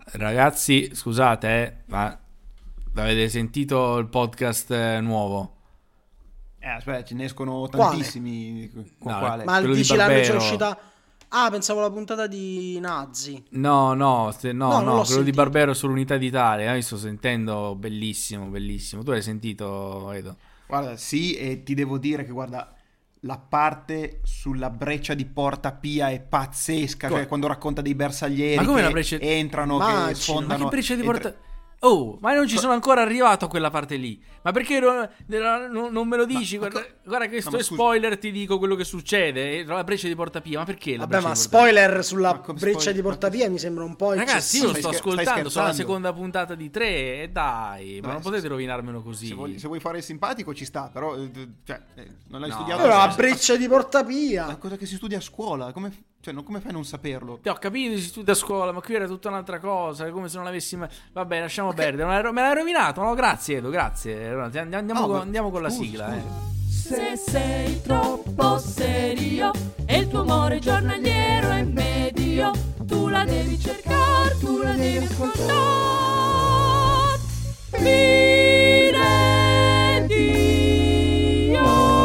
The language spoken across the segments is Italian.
Ragazzi, scusate, ma avete sentito il podcast nuovo? Aspetta, ce ne escono Quale? tantissimi. No, Quale? Ma quello di dici l'hanno già Barbero. uscita? Ah, pensavo alla puntata di Nazi. No, non l'ho quello di sentito. Barbero sull'Unità d'Italia. Io sto sentendo, bellissimo, bellissimo. Tu hai sentito, Edo? Guarda, sì, e ti devo dire che, guarda, la parte sulla breccia di Porta Pia è pazzesca. Cioè, quando racconta dei bersaglieri Ma come che la breccia- entrano, che Immagino. Ma sfondano. che breccia di entra- porta... Oh, ma non ci sono ancora arrivato a quella parte lì. Ma perché non me lo dici? Ma Guarda che no, sto ma è scusa. spoiler, ti dico quello che succede. La breccia di Porta Pia, ma perché la Vabbè, breccia ma di Porta Pia? spoiler sulla Ma come breccia spoiler? di Portapia mi sembra un po' Ragazzi, io lo eccessivo. sto Stai ascoltando, sono la scherzando? seconda puntata di 3 e dai, ma Beh, non potete rovinarmelo così. Se vuoi fare il simpatico ci sta, però non l'hai No, studiato. Però la Ma breccia di Portapia. cosa che si studia a scuola? Come fai a non saperlo? Ho capito, si studia a scuola, ma qui era tutta un'altra cosa, è come se non l'avessi mai... Vabbè, lasciamo perdere, me l'hai rovinato, no? Grazie Edo, grazie. Allora, andiamo con la scusa, sigla, scusa. Se sei troppo serio e il tuo amore giornaliero è medio, tu la devi cercare, tu la devi ascoltare. Dire Dio.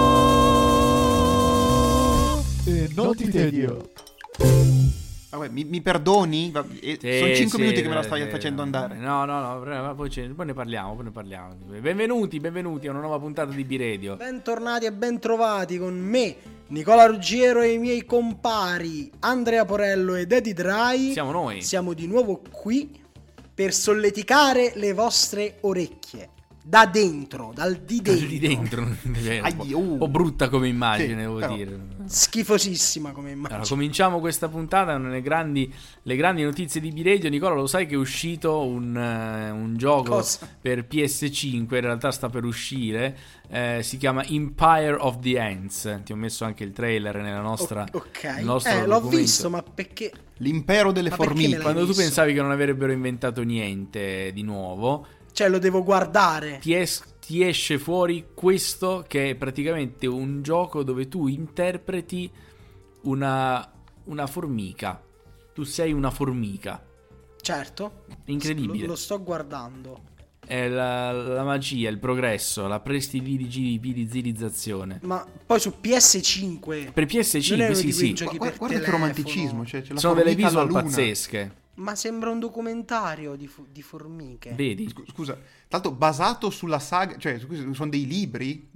Non ti tedio. Vabbè, mi perdoni? Sono 5 minuti che me la stai facendo andare. No, poi ne parliamo, Benvenuti a una nuova puntata di B-Radio. Bentornati e bentrovati con me, Nicola Ruggiero, e i miei compari Andrea Porello ed Eddie Dry. Siamo noi. Siamo di nuovo qui per solleticare le vostre orecchie. Da dentro, dal di dentro. Di dentro. Un po' brutta come immagine, Sì, devo però. dire. Schifosissima come immagine. Allora, cominciamo questa puntata con le grandi notizie di B-Radio. Nicola, lo sai che è uscito un gioco Cosa? per PS5, in realtà sta per uscire, si chiama Empire of the Ants. Ti ho messo anche il trailer nella nostra Ok, nel nostro l'ho documento. visto, ma perché? L'impero delle Ma perché me formiche. l'hai Quando tu visto? pensavi che non avrebbero inventato niente di nuovo, Cioè, lo devo guardare. ti esce fuori questo che è praticamente un gioco dove tu interpreti una formica. Tu sei una formica. Certo. Incredibile. Lo sto guardando. È la magia, il progresso, la prestidigitalizzazione. Ma poi su PS5. Per Non PS5 erano sì di quei sì. giochi Guarda, per guarda che telefono. romanticismo. Cioè, c'è la Sono delle formica alla visual luna. pazzesche. Ma sembra un documentario di formiche. Vedi? Scusa, tra l'altro basato sulla saga, cioè sono dei libri?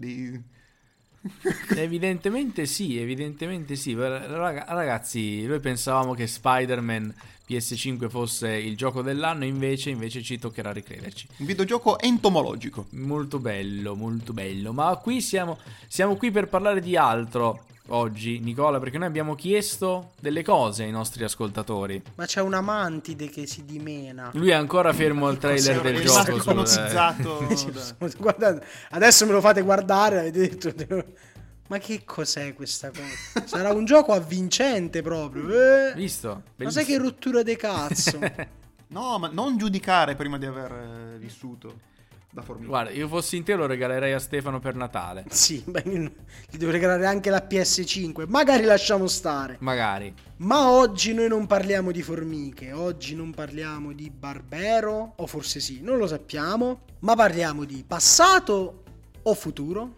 Evidentemente sì. Ragazzi, noi pensavamo che Spider-Man PS5 fosse il gioco dell'anno, invece ci toccherà ricrederci. Un videogioco entomologico. Molto bello, ma qui siamo qui per parlare di altro oggi, Nicola, perché noi abbiamo chiesto delle cose ai nostri ascoltatori. Ma c'è una mantide che si dimena. Lui è ancora fermo al trailer Cos'è? del È gioco rimasto ipnotizzato. Guardate, adesso me lo fate guardare. Avete detto, ma che cos'è questa cosa? Sarà un gioco avvincente proprio. Visto? Ma sai che rottura de cazzo? No, ma non giudicare prima di aver vissuto da formica. Guarda, io fossi in te lo regalerei a Stefano per Natale. Sì, beh, gli devo regalare anche la PS5. Magari lasciamo stare. Magari. Ma oggi noi non parliamo di formiche. Oggi non parliamo di Barbero. O forse sì, non lo sappiamo. Ma parliamo di passato o futuro.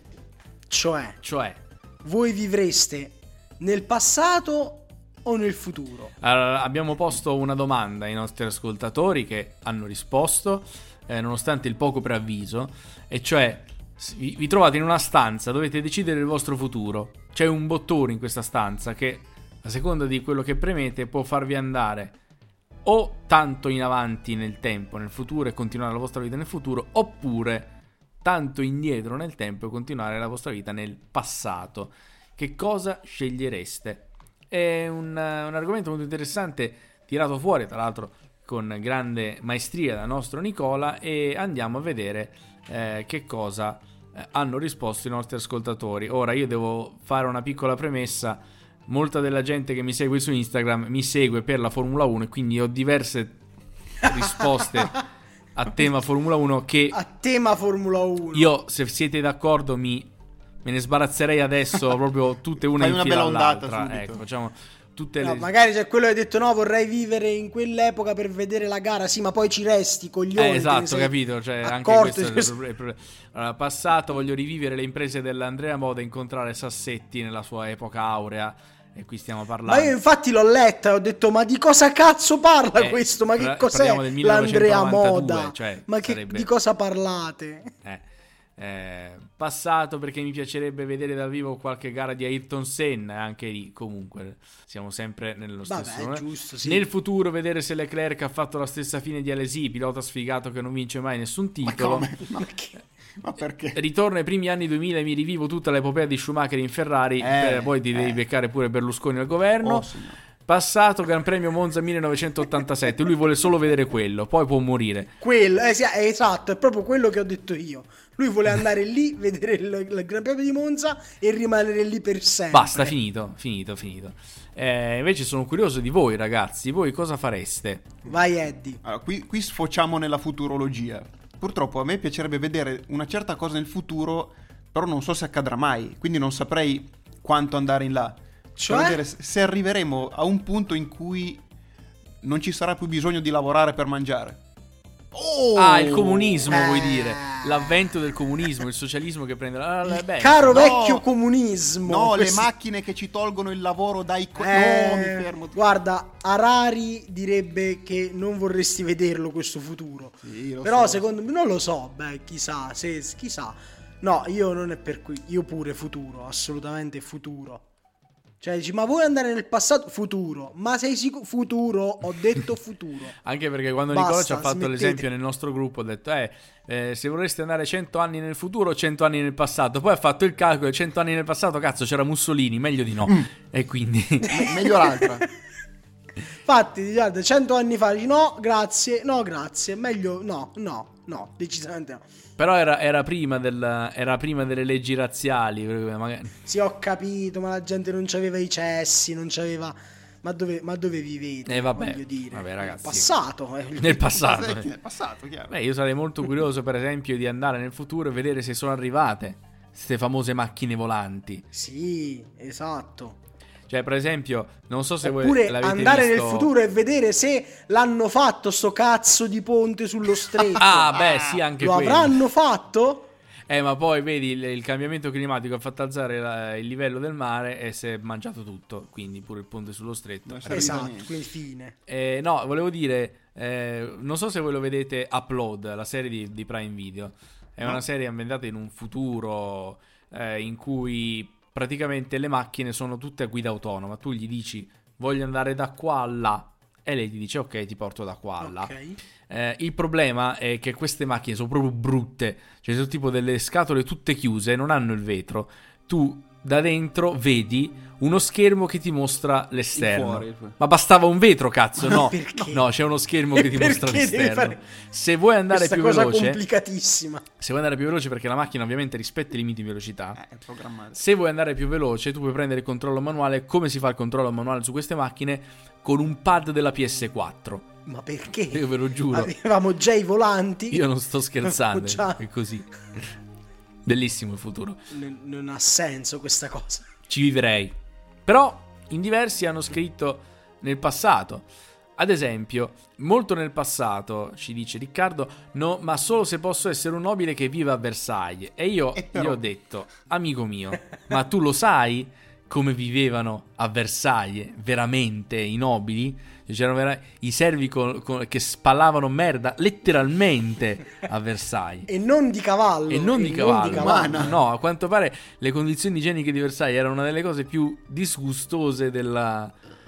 Cioè, voi vivreste nel passato o nel futuro? Allora, abbiamo posto una domanda ai nostri ascoltatori che hanno risposto, nonostante il poco preavviso, e cioè vi trovate in una stanza, dovete decidere il vostro futuro. C'è un bottone in questa stanza che, a seconda di quello che premete, può farvi andare o tanto in avanti nel tempo, nel futuro, e continuare la vostra vita nel futuro, oppure tanto indietro nel tempo e continuare la vostra vita nel passato. Che cosa scegliereste? È un argomento molto interessante, tirato fuori tra l'altro con grande maestria dal nostro Nicola, e andiamo a vedere che cosa hanno risposto i nostri ascoltatori. Ora io devo fare una piccola premessa: molta della gente che mi segue su Instagram mi segue per la Formula 1 e quindi ho diverse risposte a tema Formula 1 che A tema Formula 1. io, se siete d'accordo, me ne sbarazzerei adesso proprio tutte una Fai in una fila bella ondata all'altra. subito. Ecco, facciamo tutte No, le... magari c'è quello che ha detto no, vorrei vivere in quell'epoca per vedere la gara, sì, ma poi ci resti, coglioni. te ne esatto, sei capito, cioè anche accorto questo di è il problema. Allora, passato, voglio rivivere le imprese dell'Andrea Moda e incontrare Sassetti nella sua epoca aurea, e qui stiamo parlando. Ma io infatti l'ho letta e ho detto ma di cosa cazzo parla questo? Ma che cos'è parliamo del l'Andrea 1992, Moda? cioè, Ma che, sarebbe... di cosa parlate? Passato, perché mi piacerebbe vedere dal vivo qualche gara di Ayrton Senna, anche lì comunque siamo sempre nello stesso. Vabbè, giusto, sì. Nel futuro vedere se Leclerc ha fatto la stessa fine di Alesi, pilota sfigato che non vince mai nessun titolo. Ma perché? Ritorno ai primi anni 2000 e mi rivivo tutta l'epopea di Schumacher in Ferrari, poi ti devi beccare pure Berlusconi al governo. Passato, Gran Premio Monza 1987, lui vuole solo vedere quello, poi può morire. Quello, esatto, è proprio quello che ho detto io. Lui vuole andare lì, vedere il Gran Premio di Monza e rimanere lì per sempre. Basta, finito. Invece sono curioso di voi, ragazzi. Voi cosa fareste? Vai, Eddie. Allora, qui sfociamo nella futurologia. Purtroppo a me piacerebbe vedere una certa cosa nel futuro, però non so se accadrà mai, quindi non saprei quanto andare in là. Cioè? Per vedere se arriveremo a un punto in cui non ci sarà più bisogno di lavorare per mangiare. Il comunismo, vuoi dire? L'avvento del comunismo, il socialismo che prenderà. Caro vecchio comunismo. No, le macchine che ci tolgono il lavoro dai... No, mi fermo. Guarda, Harari direbbe che non vorresti vederlo questo futuro. Sì, però so. secondo me, non lo so, chissà, chissà. No, io non è per cui, io pure futuro, assolutamente futuro. Cioè dici, ma vuoi andare nel passato? Futuro. Ma sei sicuro? Futuro, ho detto futuro. Anche perché quando Basta, Nicola ci ha fatto smettete. l'esempio nel nostro gruppo, ha detto se vorreste andare 100 anni nel futuro, 100 anni nel passato. Poi ha fatto il calcolo, 100 anni nel passato, cazzo, c'era Mussolini, meglio di no. E quindi... meglio l'altra. Infatti, guarda, 100 anni fa dici no, grazie, meglio no, decisamente no. Però era prima delle leggi razziali. Magari... Sì, ho capito, ma la gente non c'aveva i cessi, non c'aveva... Ma dove vivete? Vabbè, voglio dire. vabbè, ragazzi. Nel passato. Nel passato. Chiaro. Io sarei molto curioso, per esempio, di andare nel futuro e vedere se sono arrivate queste famose macchine volanti. Sì, esatto. Cioè, per esempio, non so se voi Oppure l'avete andare visto... nel futuro e vedere se l'hanno fatto sto cazzo di ponte sullo stretto. Beh, sì, anche Lo quello. avranno fatto? Ma poi vedi il cambiamento climatico ha fatto alzare il livello del mare e si è mangiato tutto, quindi pure il ponte sullo stretto. Esatto, quindi fine. No, volevo dire, non so se voi lo vedete, Upload, la serie di Prime Video. È una serie ambientata in un futuro in cui praticamente le macchine sono tutte a guida autonoma. Tu gli dici voglio andare da qua a là e lei ti dice ok, ti porto da qua a là. Ok. Il problema è che queste macchine sono proprio brutte, cioè sono tipo delle scatole tutte chiuse, non hanno il vetro. Tu da dentro vedi uno schermo che ti mostra l'esterno. Fuori. Ma bastava un vetro, cazzo, no. Perché? No, c'è uno schermo che ti mostra Perché devi l'esterno. fare Se vuoi andare questa più cosa veloce, complicatissima. se vuoi andare più veloce, perché la macchina ovviamente rispetta i limiti di velocità. È programmato. Se vuoi andare più veloce, tu puoi prendere il controllo manuale. Come si fa il controllo manuale su queste macchine? Con un pad della PS4. Ma perché? Io ve lo giuro. Avevamo già i volanti. Io non sto scherzando. Già. È così. Bellissimo il futuro. Non ha senso questa cosa. Ci vivrei. Però in diversi hanno scritto nel passato. Ad esempio, molto nel passato, ci dice Riccardo, no, ma solo se posso essere un nobile che vive a Versailles. E io gli ho detto, amico mio, ma tu lo sai come vivevano a Versailles veramente i nobili? C'erano i servi che spallavano merda letteralmente a Versailles. E non di cavallo. E non di cavallo. No, a quanto pare le condizioni igieniche di Versailles erano una delle cose più disgustose della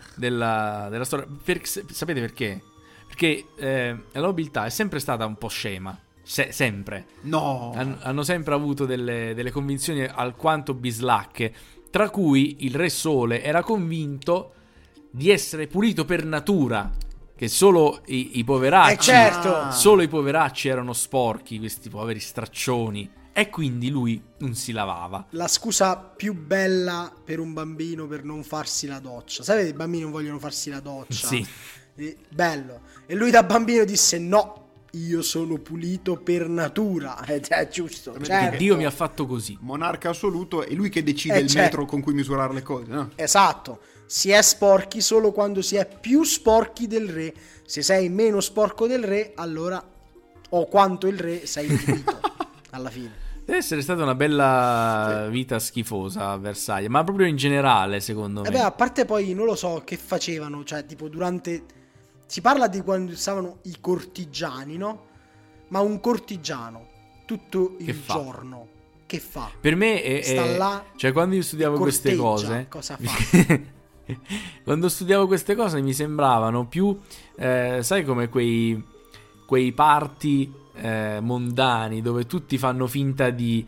storia. Sapete perché? Perché la nobiltà è sempre stata un po' scema. Sempre. No. Hanno sempre avuto delle convinzioni alquanto bislacche, tra cui il Re Sole era convinto di essere pulito per natura, che solo i poveracci, certo. Solo i poveracci erano sporchi, questi poveri straccioni, e quindi lui non si lavava. La scusa più bella per un bambino per non farsi la doccia. Sapete, i bambini non vogliono farsi la doccia. Sì. Bello. E lui da bambino disse no, io sono pulito per natura. È giusto. Perché Certo. Dio mi ha fatto così. Monarca assoluto, è lui che decide il certo. metro con cui misurare le cose, no? Esatto. Si è sporchi solo quando si è più sporchi del re. Se sei meno sporco del re, allora, o quanto il re, sei pulito alla fine. Deve essere stata una bella vita schifosa a Versailles, ma proprio in generale, secondo me. Beh, a parte poi non lo so che facevano, cioè tipo durante... Si parla di quando stavano i cortigiani, no? Ma un cortigiano tutto il giorno che fa? Per me sta là, cioè quando io studiavo queste cose, cosa fa? quando studiavo queste cose mi sembravano più sai, come quei party mondani dove tutti fanno finta di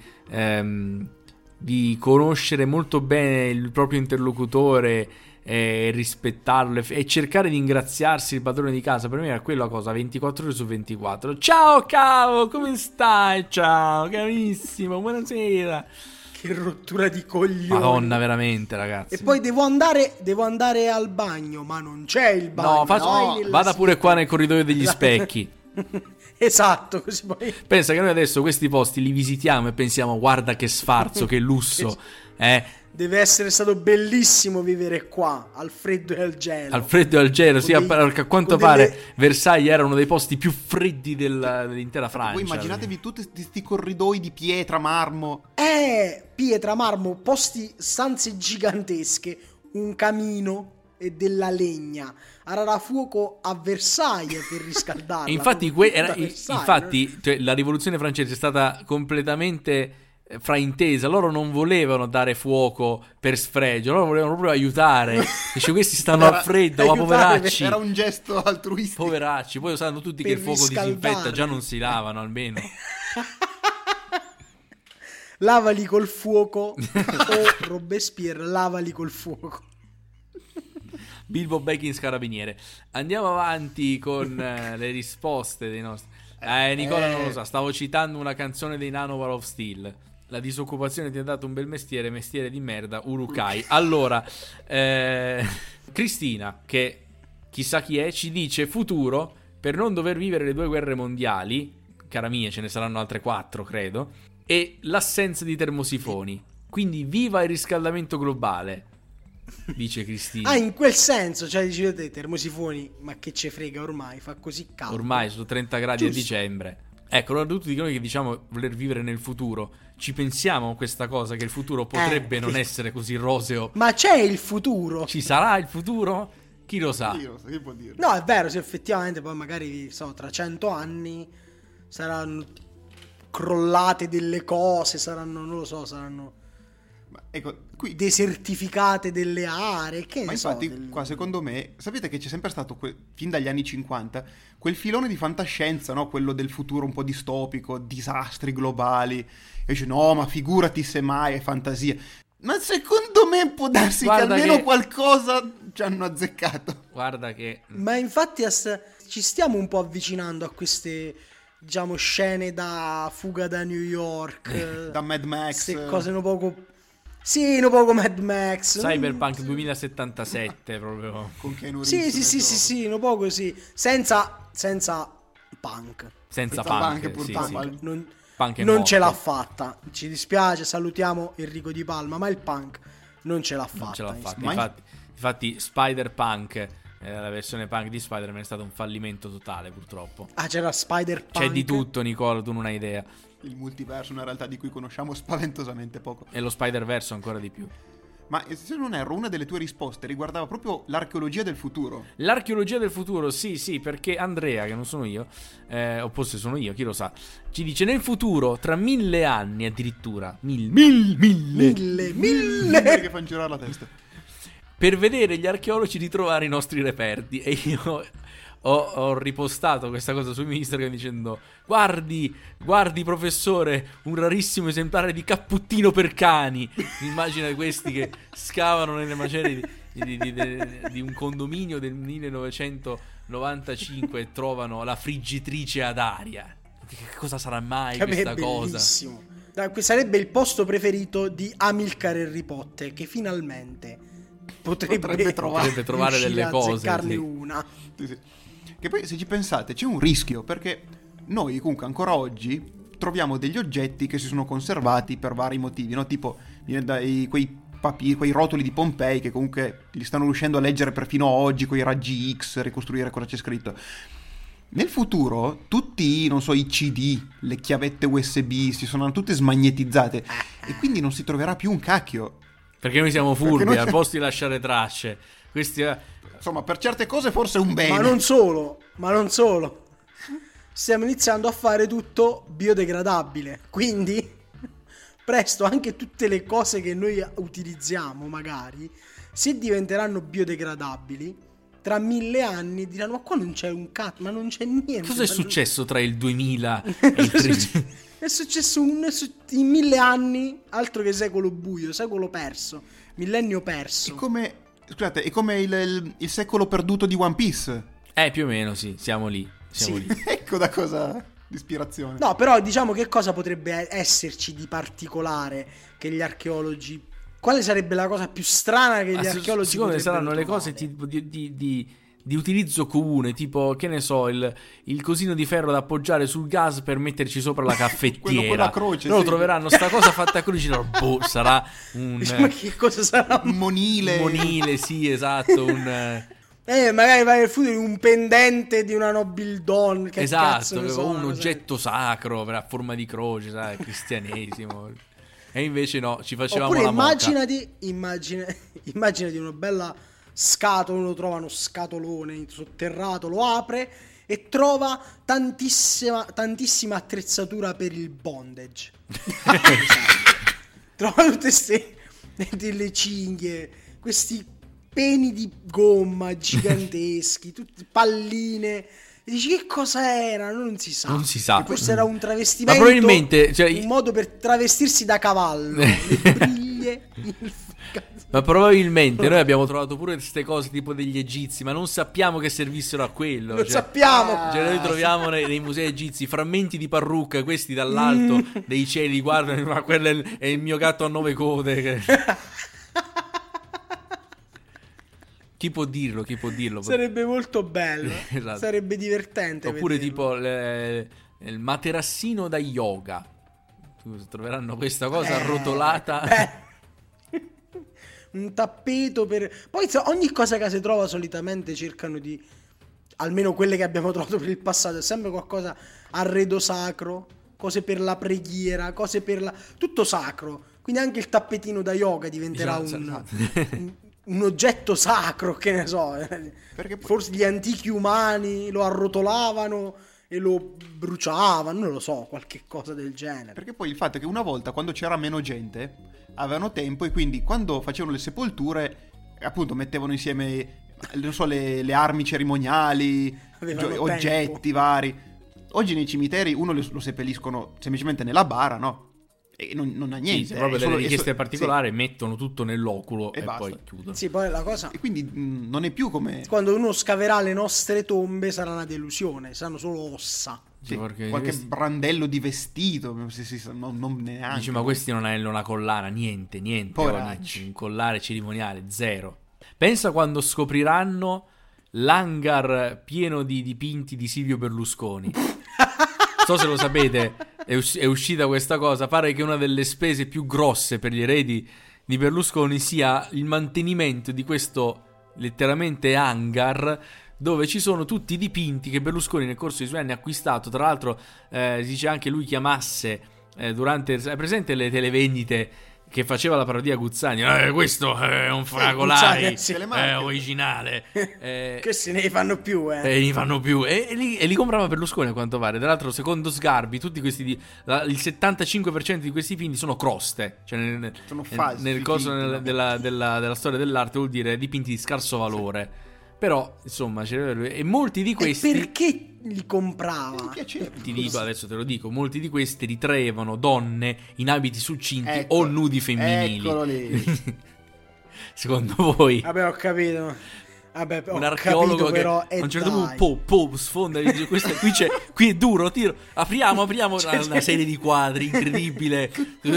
conoscere molto bene il proprio interlocutore, rispettarlo e cercare di ingraziarsi il padrone di casa. Per me era quella cosa 24 ore su 24. Ciao cavo, come stai? Ciao carissimo, buonasera. Che rottura di coglioni. Madonna, veramente, ragazzi. E poi devo andare al bagno, ma non c'è il bagno. No, vada pure qua nel corridoio degli specchi. Esatto, così poi... Pensa che noi adesso questi posti li visitiamo e pensiamo: guarda che sfarzo, che lusso. Deve essere stato bellissimo vivere qua, al freddo e al gelo. Al freddo e al gelo, sì, a quanto pare Versailles era uno dei posti più freddi dell'intera Francia. Voi immaginatevi tutti questi corridoi di pietra, marmo. Pietra, marmo, stanze gigantesche, un camino e della legna. Era fuoco a Versailles per riscaldarla. Infatti, cioè, la rivoluzione francese è stata completamente fraintesa. Loro non volevano dare fuoco per sfregio, loro volevano proprio aiutare. Dice, questi stanno al freddo, ma poveracci. Era un gesto altruistico. Poveracci, poi lo sanno tutti che il fuoco disinfetta, già non si lavano almeno. Lavali col fuoco o Robespierre, lavali col fuoco. Bilbo Baggins carabiniere. Andiamo avanti con le risposte dei nostri. Nicola non lo sa, stavo citando una canzone dei Nanowar of Steel. La disoccupazione ti ha dato un bel mestiere di merda, Urukai. Allora, Cristina, che chissà chi è, ci dice: futuro per non dover vivere le 2 guerre mondiali, cara mia, ce ne saranno altre 4 credo, e l'assenza di termosifoni. Quindi viva il riscaldamento globale, dice Cristina. In quel senso, cioè dicete termosifoni, ma che ce frega, ormai fa così caldo. Ormai sono 30 gradi a dicembre. Ecco, allora tutti noi che diciamo voler vivere nel futuro, ci pensiamo a questa cosa, che il futuro potrebbe non essere così roseo. Ma c'è il futuro? Ci sarà il futuro? Chi lo sa? Chi può dire? No, è vero, se effettivamente poi magari tra 100 anni saranno crollate delle cose, saranno, non lo so, saranno... Ecco, qui desertificate delle aree, che ma ne infatti qua secondo me, sapete che c'è sempre stato fin dagli anni 50 quel filone di fantascienza, no? Quello del futuro un po' distopico, disastri globali, e dice no, ma figurati se mai è fantasia. Ma secondo me può darsi che almeno qualcosa ci hanno azzeccato. Guarda che... Ma infatti ci stiamo un po' avvicinando a queste, diciamo, scene da Fuga da New York, da Mad Max, queste cose un poco... Sì, un poco Mad Max. Cyberpunk 2077 proprio. Con Keanu Reeves. Sì, un po' così. Senza punk. Senza punk, purtroppo. Punk non ce l'ha fatta. Ci dispiace, salutiamo Enrico Di Palma, ma il punk non ce l'ha fatta. Infatti Spider-Punk, la versione punk di Spider-Man, è stato un fallimento totale, purtroppo. C'era Spider-Punk. C'è di tutto, Nicola, tu non hai idea. Il multiverso è una realtà di cui conosciamo spaventosamente poco. E lo Spider-Verso ancora di più. Ma se non erro, una delle tue risposte riguardava proprio l'archeologia del futuro. L'archeologia del futuro, sì, perché Andrea, che non sono io, o forse sono io, chi lo sa, ci dice: nel futuro, tra 1000 anni addirittura, mille che fanno girare la testa, per vedere gli archeologi ritrovare i nostri reperti. E io ho ripostato questa cosa su Instagram dicendo: guardi professore, un rarissimo esemplare di capputtino per cani. Immagina questi che scavano nelle macerie di un condominio del 1995 e trovano la friggitrice ad aria. Che cosa sarà mai questa cosa? Sarebbe il posto preferito di Amilcar Harry Potter, che finalmente potrebbe trovare delle cose, azzecarne una. Sì. Che poi, se ci pensate, c'è un rischio, perché noi comunque ancora oggi troviamo degli oggetti che si sono conservati per vari motivi, no? Tipo quei quei rotoli di Pompei che comunque li stanno riuscendo a leggere perfino oggi con i raggi X, ricostruire cosa c'è scritto. Nel futuro tutti, non so, i CD, le chiavette USB si sono tutte smagnetizzate e quindi non si troverà più un cacchio. Perché noi siamo furbi, noi- al posto di lasciare tracce. Questi Insomma, per certe cose forse è un bene. Ma non solo. Stiamo iniziando a fare tutto biodegradabile. Quindi presto anche tutte le cose che noi utilizziamo, magari, se diventeranno biodegradabili, tra 1000 anni diranno: ma qua non c'è un cazzo, ma non c'è niente. cosa è ma successo tra il 2000 e il 30? È successo in 1000 anni, altro che secolo buio, secolo perso, millennio perso. È come il secolo perduto di One Piece. Più o meno sì, siamo lì. Sì. Lì. Ecco da cosa l'ispirazione. No, però diciamo che cosa potrebbe esserci di particolare che gli archeologi... Quale sarebbe la cosa più strana che gli archeologi Secondo me potrebbero saranno le trovare? cose tipo di utilizzo comune, tipo, che ne so, il cosino di ferro da appoggiare sul gas per metterci sopra la caffettiera. quello a croce, Loro sì. troveranno sta cosa fatta a croce, no, boh, sarà un Ma che cosa sarà? Un monile. monile, sì, esatto, Magari vai nel futuro un pendente di una nobildonna. Che cazzo esatto, ne so, un una oggetto sacro a forma di croce, sai, cristianesimo. E invece no, ci facevamo Oppure la moca. immaginati una bella scatola, uno trova uno scatolone sotterrato, lo apre e trova tantissima attrezzatura per il bondage. Trova tutte queste delle cinghie, questi peni di gomma giganteschi, tutte palline. E dici: che cosa era? Non si sa. Non si sa. Forse era un travestimento. Ma probabilmente, cioè, un modo per travestirsi da cavallo. Le briglie. Ma probabilmente noi abbiamo trovato pure queste cose tipo degli egizi, ma non sappiamo che servissero a quello. Lo cioè, sappiamo. Cioè noi troviamo nei musei egizi frammenti di parrucca, questi dall'alto dei cieli guardano, ma quello è il mio gatto a 9 code. Chi può dirlo? Sarebbe molto bello. Esatto. Sarebbe divertente. Oppure vederlo. tipo il materassino da yoga. Troveranno questa cosa arrotolata. Un tappeto per... Poi ogni cosa che si trova solitamente cercano di... Almeno quelle che abbiamo trovato per il passato, è sempre qualcosa arredo sacro, cose per la preghiera, cose per la... Tutto sacro. Quindi anche il tappetino da yoga diventerà un oggetto sacro, che ne so. Perché Forse gli antichi umani lo arrotolavano e lo bruciavano, non lo so, qualche cosa del genere. Perché poi il fatto è che una volta, quando c'era meno gente, avevano tempo e quindi quando facevano le sepolture, appunto, mettevano insieme, non so, le armi cerimoniali, Avevano oggetti tempo. vari. Oggi nei cimiteri uno lo seppelliscono semplicemente nella bara, no? E non ha niente. Sì, se proprio è delle solo- richieste sì. particolari mettono tutto nell'oculo E e basta. poi chiudono. Sì, poi la cosa... E quindi non è più come... Quando uno scaverà le nostre tombe sarà una delusione, saranno solo ossa. Sì, perché qualche questi- brandello di vestito, non neanche. Dici, ma questi non hanno una collana, niente, Poveracci. un collare cerimoniale, zero. Pensa quando scopriranno l'hangar pieno di dipinti di Silvio Berlusconi. So se lo sapete, è uscita questa cosa. Pare che una delle spese più grosse per gli eredi di Berlusconi sia il mantenimento di questo letteralmente hangar, dove ci sono tutti i dipinti che Berlusconi nel corso dei suoi anni ha acquistato. Tra l'altro si dice anche lui chiamasse durante, hai presente le televendite che faceva la parodia Guzzani, questo è un fracolare Guzzani, sì, le marche. originale, Che se ne fanno più, e li fanno più e li comprava Berlusconi, a quanto pare. Tra l'altro, secondo Sgarbi, tutti questi il 75% di questi dipinti sono croste, cioè Sono falsi, nel coso finti, no? della storia dell'arte, vuol dire dipinti di scarso valore. Però insomma e molti di E questi, perché li comprava? Mi piace. ti dico, adesso te lo dico, molti di questi ritraevano donne in abiti succinti Ecco, o nudi femminili. eccolo lì. Secondo voi Vabbè, ho capito. Vabbè, ho un archeologo capito, che però, a un certo punto sfonda e dice qui è duro, tiro, apriamo una serie di quadri incredibile.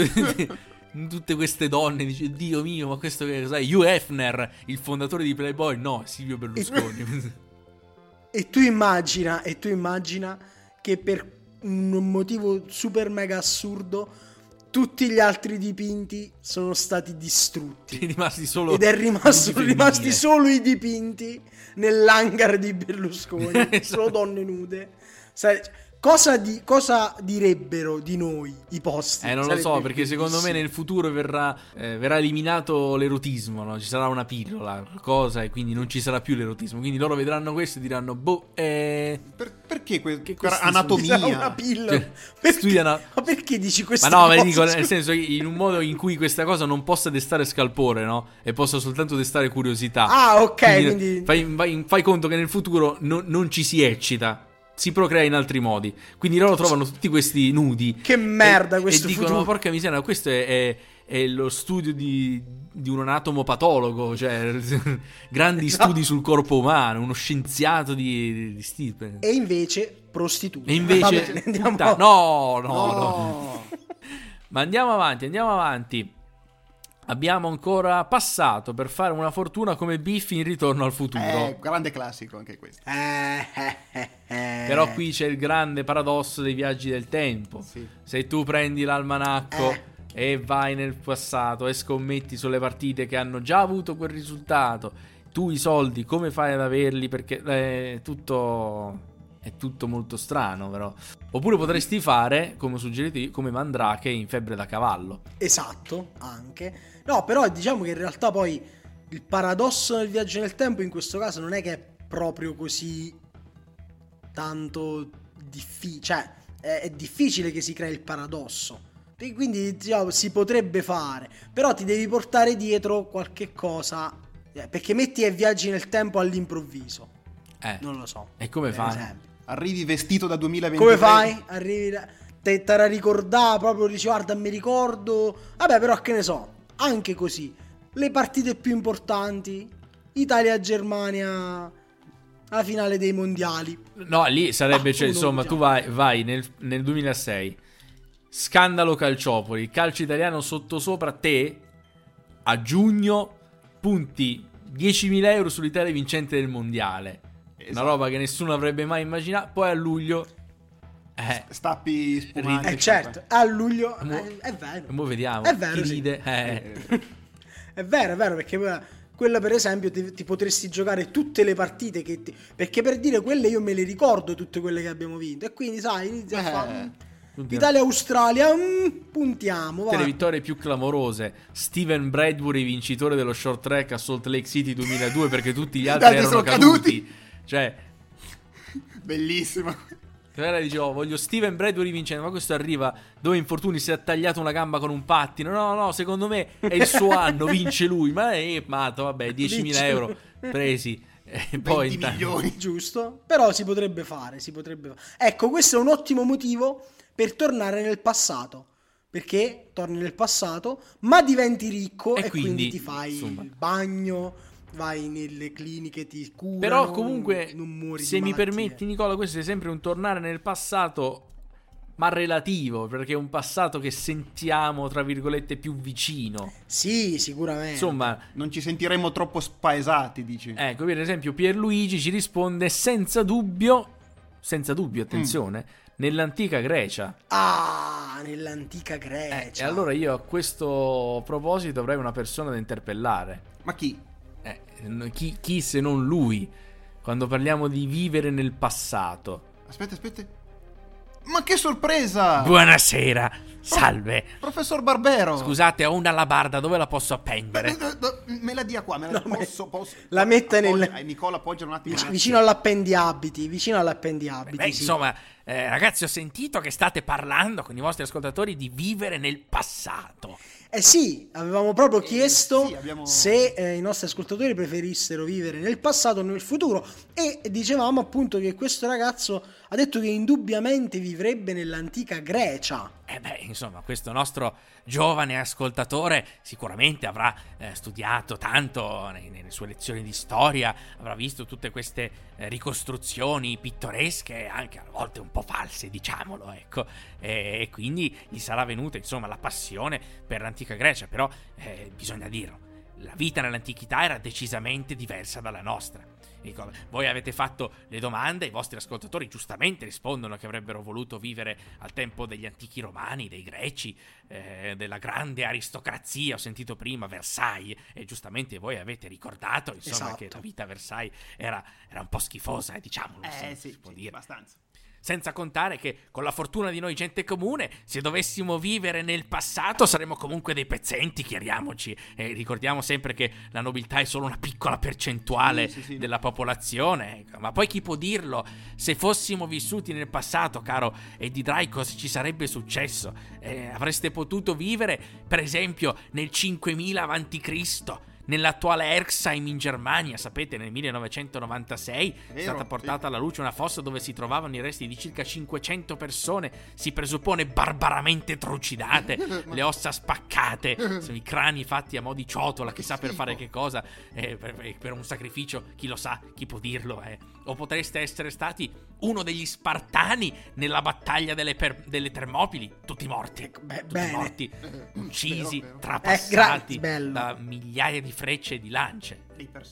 Tutte queste donne, dice, Dio mio, ma questo che sai, Hugh Hefner, il fondatore di Playboy? No, è Silvio Berlusconi. E tu immagina che per un motivo super mega assurdo tutti gli altri dipinti sono stati distrutti. rimasti solo Ed è rimasti femminile. solo i dipinti nell'hangar di Berlusconi. Solo donne nude. Cosa direbbero di noi i posti? Non lo Sarebbe so, perché secondo me bellissimo. nel futuro verrà eliminato l'erotismo, no? Ci sarà una pillola, qualcosa, e quindi non ci sarà più l'erotismo. Quindi loro vedranno questo e diranno, Perché Che per questi Sarà anatomia? una pillola. Cioè, Perché? studiano- Ma perché dici questa Ma no, cosa? ma dico, nel senso, in un modo in cui questa cosa non possa destare scalpore, no? E possa soltanto destare curiosità. Ah, ok, quindi... Fai conto che nel futuro non ci si eccita, si procrea in altri modi. Quindi loro trovano tutti questi nudi. Che merda e questo dicono, futuro. porca miseria, questo è lo studio di un anatomopatologo, cioè grandi studi sul corpo umano, uno scienziato di stile. E invece prostitute. E invece Vabbè, andiamo... no. Ma andiamo avanti. Abbiamo ancora Passato per fare una fortuna come Biff in Ritorno al futuro. Grande classico anche questo. Però qui c'è il grande paradosso dei viaggi del tempo. Sì. Se tu prendi l'almanacco e vai nel passato e scommetti sulle partite che hanno già avuto quel risultato, tu i soldi come fai ad averli? Perché è tutto molto strano, però. Oppure potresti fare, come suggerito, come Mandrake in Febbre da cavallo. Esatto, anche. No, però diciamo che in realtà poi il paradosso del viaggio nel tempo in questo caso non è che è proprio così tanto difficile. Cioè, è difficile che si crei il paradosso. E quindi diciamo, si potrebbe fare. Però ti devi portare dietro qualche cosa. Perché metti e viaggi nel tempo all'improvviso. Non lo so. E come per fai? esempio. Arrivi vestito da 2023. Come fai? Arrivi te la ricordà proprio, dici guarda mi ricordo. Vabbè, però che ne so, anche così le partite più importanti, Italia-Germania alla finale dei mondiali. No, lì sarebbe, cioè, uno, insomma, tu diciamo. vai nel 2006, scandalo Calciopoli, il calcio italiano sottosopra te, a giugno punti 10.000 euro sull'Italia vincente del mondiale. Esatto. Una roba che nessuno avrebbe mai immaginato. Poi a luglio Stappi spumante. Certo, a luglio Mo- è vero. mo vediamo È vero, chi sì. ride. È vero, perché quella per esempio ti potresti giocare tutte le partite perché per dire quelle io me le ricordo tutte quelle che abbiamo vinto e quindi sai inizia a fare Italia-Australia, puntiamo, Tutte va. le vittorie più clamorose. Steven Bradbury vincitore dello short track a Salt Lake City 2002 perché tutti gli altri Altri erano sono caduti. Cioè, Bellissimo. dicevo, voglio Steven Bradbury vincente, ma questo arriva dove infortuni, si è tagliato una gamba con un pattino. No, secondo me è il suo anno, vince lui. Ma è matto, vabbè, 10.000 euro presi. E poi 20 milioni. Giusto, però si potrebbe fare. Ecco, questo è un ottimo motivo per tornare nel passato, perché torni nel passato ma diventi ricco E e quindi ti quindi, fai insomma. il bagno, vai nelle cliniche, ti curano. Però comunque, non muori se di mi malattie. permetti Nicola, questo è sempre un tornare nel passato, ma relativo, perché è un passato che sentiamo, tra virgolette, più vicino. Sì, sicuramente. Insomma, Non ci sentiremmo troppo spaesati, dici. ecco, per esempio Pierluigi ci risponde senza dubbio, attenzione, nell'antica Grecia. Nell'antica Grecia. E allora io a questo proposito avrei una persona da interpellare. Ma chi? Chi se non lui, quando parliamo di vivere nel passato. Aspetta. Ma che sorpresa! Buonasera, salve. Professor Barbero. Scusate, ho una alabarda, dove la posso appendere? Me la dia qua, posso. la metta nel- Nicola, appoggia un attimo. Vicino all'appendiabiti. Beh, Sì. insomma, ragazzi, ho sentito che state parlando con i vostri ascoltatori di vivere nel passato. Sì, avevamo proprio chiesto sì, abbiamo- se i nostri ascoltatori preferissero vivere nel passato o nel futuro e dicevamo appunto che questo ragazzo ha detto che indubbiamente vivrebbe nell'antica Grecia. Insomma, questo nostro giovane ascoltatore sicuramente avrà studiato tanto nelle sue lezioni di storia, avrà visto tutte queste ricostruzioni pittoresche, anche a volte un po' false, diciamolo, ecco, e quindi gli sarà venuta, insomma, la passione per l'antica Grecia. Però bisogna dirlo, la vita nell'antichità era decisamente diversa dalla nostra. Ecco, voi avete fatto le domande, i vostri ascoltatori giustamente rispondono che avrebbero voluto vivere al tempo degli antichi romani, dei greci, della grande aristocrazia. Ho sentito prima Versailles, e giustamente voi avete ricordato, insomma, che la vita a Versailles era un po' schifosa, diciamolo, si può dire. Abbastanza. Senza contare che con la fortuna di noi gente comune, se dovessimo vivere nel passato saremmo comunque dei pezzenti, chiariamoci. Ricordiamo sempre che la nobiltà è solo una piccola percentuale della popolazione. Ma poi chi può dirlo? Se fossimo vissuti nel passato, caro Eddie Dry, cosa ci sarebbe successo? Avreste potuto vivere, per esempio, nel 5000 a.C., nell'attuale Erxheim in Germania. Sapete, nel 1996 è stata portata alla luce una fossa dove si trovavano i resti di circa 500 persone, si presuppone barbaramente trucidate, le ossa spaccate, i crani fatti a mo' di ciotola, chissà per fare che cosa, per un sacrificio, chi lo sa, chi può dirlo. O potreste essere stati uno degli Spartani nella battaglia delle Termopili, tutti morti, morti, uccisi, trapassati da migliaia di frecce e di lance.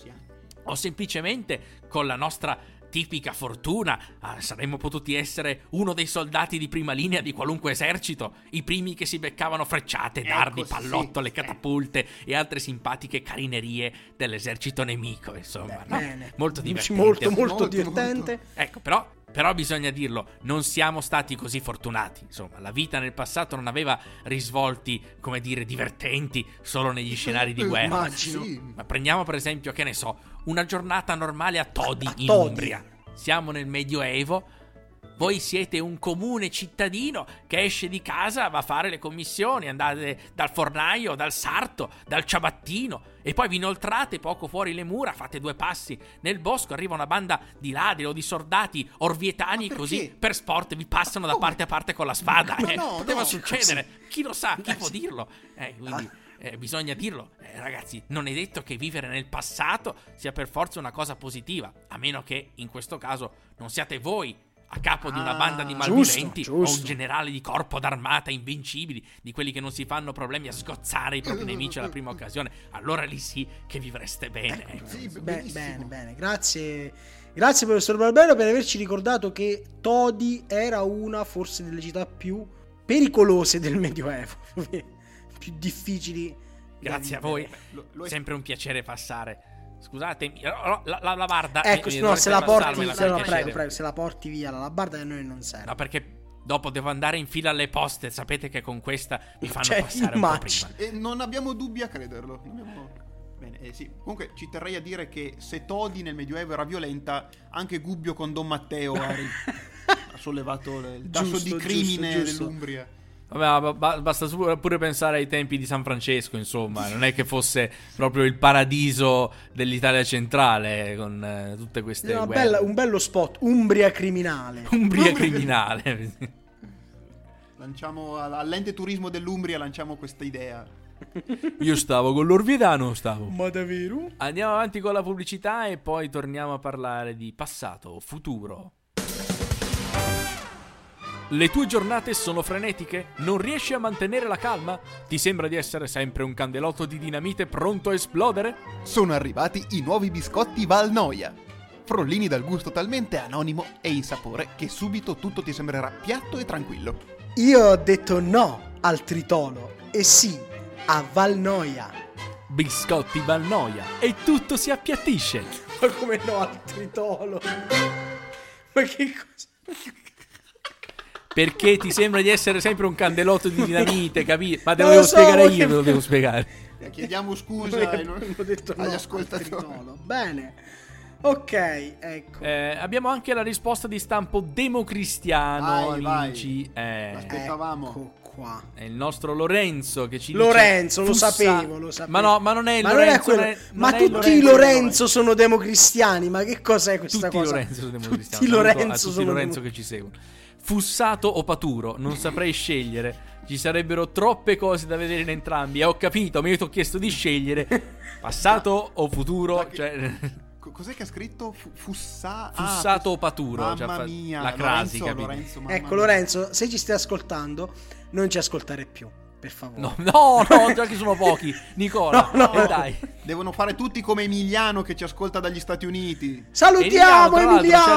O semplicemente con la nostra tipica fortuna saremmo potuti essere uno dei soldati di prima linea di qualunque esercito, i primi che si beccavano frecciate, dardi, pallottole, catapulte e altre simpatiche carinerie dell'esercito nemico, insomma. Bene. Molto divertente. Molto divertente. Ecco, però bisogna dirlo, non siamo stati così fortunati. Insomma, la vita nel passato non aveva risvolti, come dire, divertenti solo negli scenari di guerra. Immagino. Ma prendiamo per esempio, che ne so, una giornata normale a Todi in Umbria. Siamo nel Medioevo. Voi siete un comune cittadino che esce di casa, va a fare le commissioni, andate dal fornaio, dal sarto, dal ciabattino e poi vi inoltrate poco fuori le mura, fate 2 passi nel bosco, arriva una banda di ladri o di soldati orvietani, così per sport vi passano da parte a parte con la spada. Poteva succedere, chi lo sa, chi può dirlo? Quindi bisogna dirlo, ragazzi, non è detto che vivere nel passato sia per forza una cosa positiva, a meno che in questo caso non siate voi a capo di una banda di malviventi o un generale di corpo d'armata invincibili, di quelli che non si fanno problemi a sgozzare i propri nemici alla prima occasione. Allora lì sì che vivreste bene. Bene. Grazie professor Barbero per averci ricordato che Todi era una forse delle città più pericolose del Medioevo, più difficili. Grazie a voi, sempre un piacere passare. Scusatemi, la labarda. Ecco, no, se la porti, prego, se la porti via la labarda, a noi non serve. No, perché dopo devo andare in fila alle poste. Sapete che con questa mi fanno passare un po' prima. E non abbiamo dubbi a crederlo. Bene, sì. Comunque ci terrei a dire che se Todi nel Medioevo era violenta, anche Gubbio con Don Matteo ha sollevato il tasso di crimine dell'Umbria. Vabbè, basta pure pensare ai tempi di San Francesco, insomma, non è che fosse proprio il paradiso dell'Italia centrale con tutte queste guerre. Un bello spot, Umbria criminale. Lanciamo all'ente turismo dell'Umbria, lanciamo questa idea. Io stavo con l'Orvietano, Ma davvero? Andiamo avanti con la pubblicità e poi torniamo a parlare di passato, futuro. Le tue giornate sono frenetiche? Non riesci a mantenere la calma? Ti sembra di essere sempre un candelotto di dinamite pronto a esplodere? Sono arrivati i nuovi biscotti Valnoia. Frollini dal gusto talmente anonimo e insapore che subito tutto ti sembrerà piatto e tranquillo. Io ho detto no al tritolo e sì a Valnoia. Biscotti Valnoia e tutto si appiattisce. Ma come no al tritolo? Ma che cosa? Perché ti sembra di essere sempre un candelotto di dinamite, capito? Ma te lo devo spiegare io, te lo devo spiegare. Chiediamo scusa ho detto agli ascoltatori. Bene. Ok, ecco. Abbiamo anche la risposta di stampo democristiano, amici. Aspettavamo. Ecco qua. È il nostro Lorenzo che ci Lorenzo, dice... lo sapevo. Ma non è il Lorenzo. Ma tutti i Lorenzo sono democristiani. Ma che cos'è questa cosa? Lorenzo sono democristiani. Tutti Lorenzo sono Lorenzo che ci seguono. Fussato o paturo, non saprei scegliere. Ci sarebbero troppe cose da vedere in entrambi. Ho capito, ma io ti ho chiesto di scegliere passato o futuro. Cos'è che ha scritto? Fussato o paturo. Mamma mia, la crasi, Lorenzo, ecco, Lorenzo, se ci stai ascoltando, non ci ascoltare più. Per favore. No, già che sono pochi, Nicola. No. Dai. Devono fare tutti come Emiliano che ci ascolta dagli Stati Uniti. Salutiamo tra l'altro, Emiliano.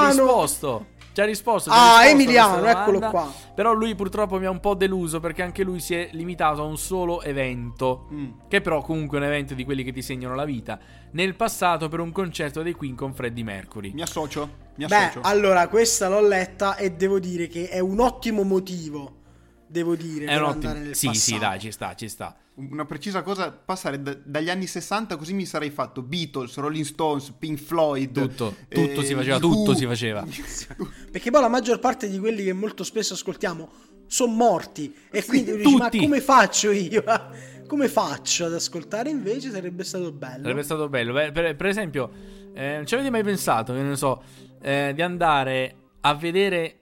Ci ha risposto. Emiliano, a questa eccolo domanda. qua. Però lui purtroppo mi ha un po' deluso perché anche lui si è limitato a un solo evento, che però comunque è un evento di quelli che ti segnano la vita. Nel passato per un concerto dei Queen con Freddie Mercury. Mi associo. Beh, allora questa l'ho letta e devo dire che è un ottimo motivo. Devo dire, È per un andare ottimo. nel Sì, passato. dai, ci sta. Una precisa cosa, passare dagli anni 60, così mi sarei fatto Beatles, Rolling Stones, Pink Floyd. Tutto si faceva, The Who. tutto si faceva. Perché poi la maggior parte di quelli che molto spesso ascoltiamo sono morti. E quindi dici, tutti. ma come faccio io? Come faccio ad ascoltare? Invece sarebbe stato bello. Sarebbe stato bello. Per esempio, ci avete mai pensato, che ne so, di andare a vedere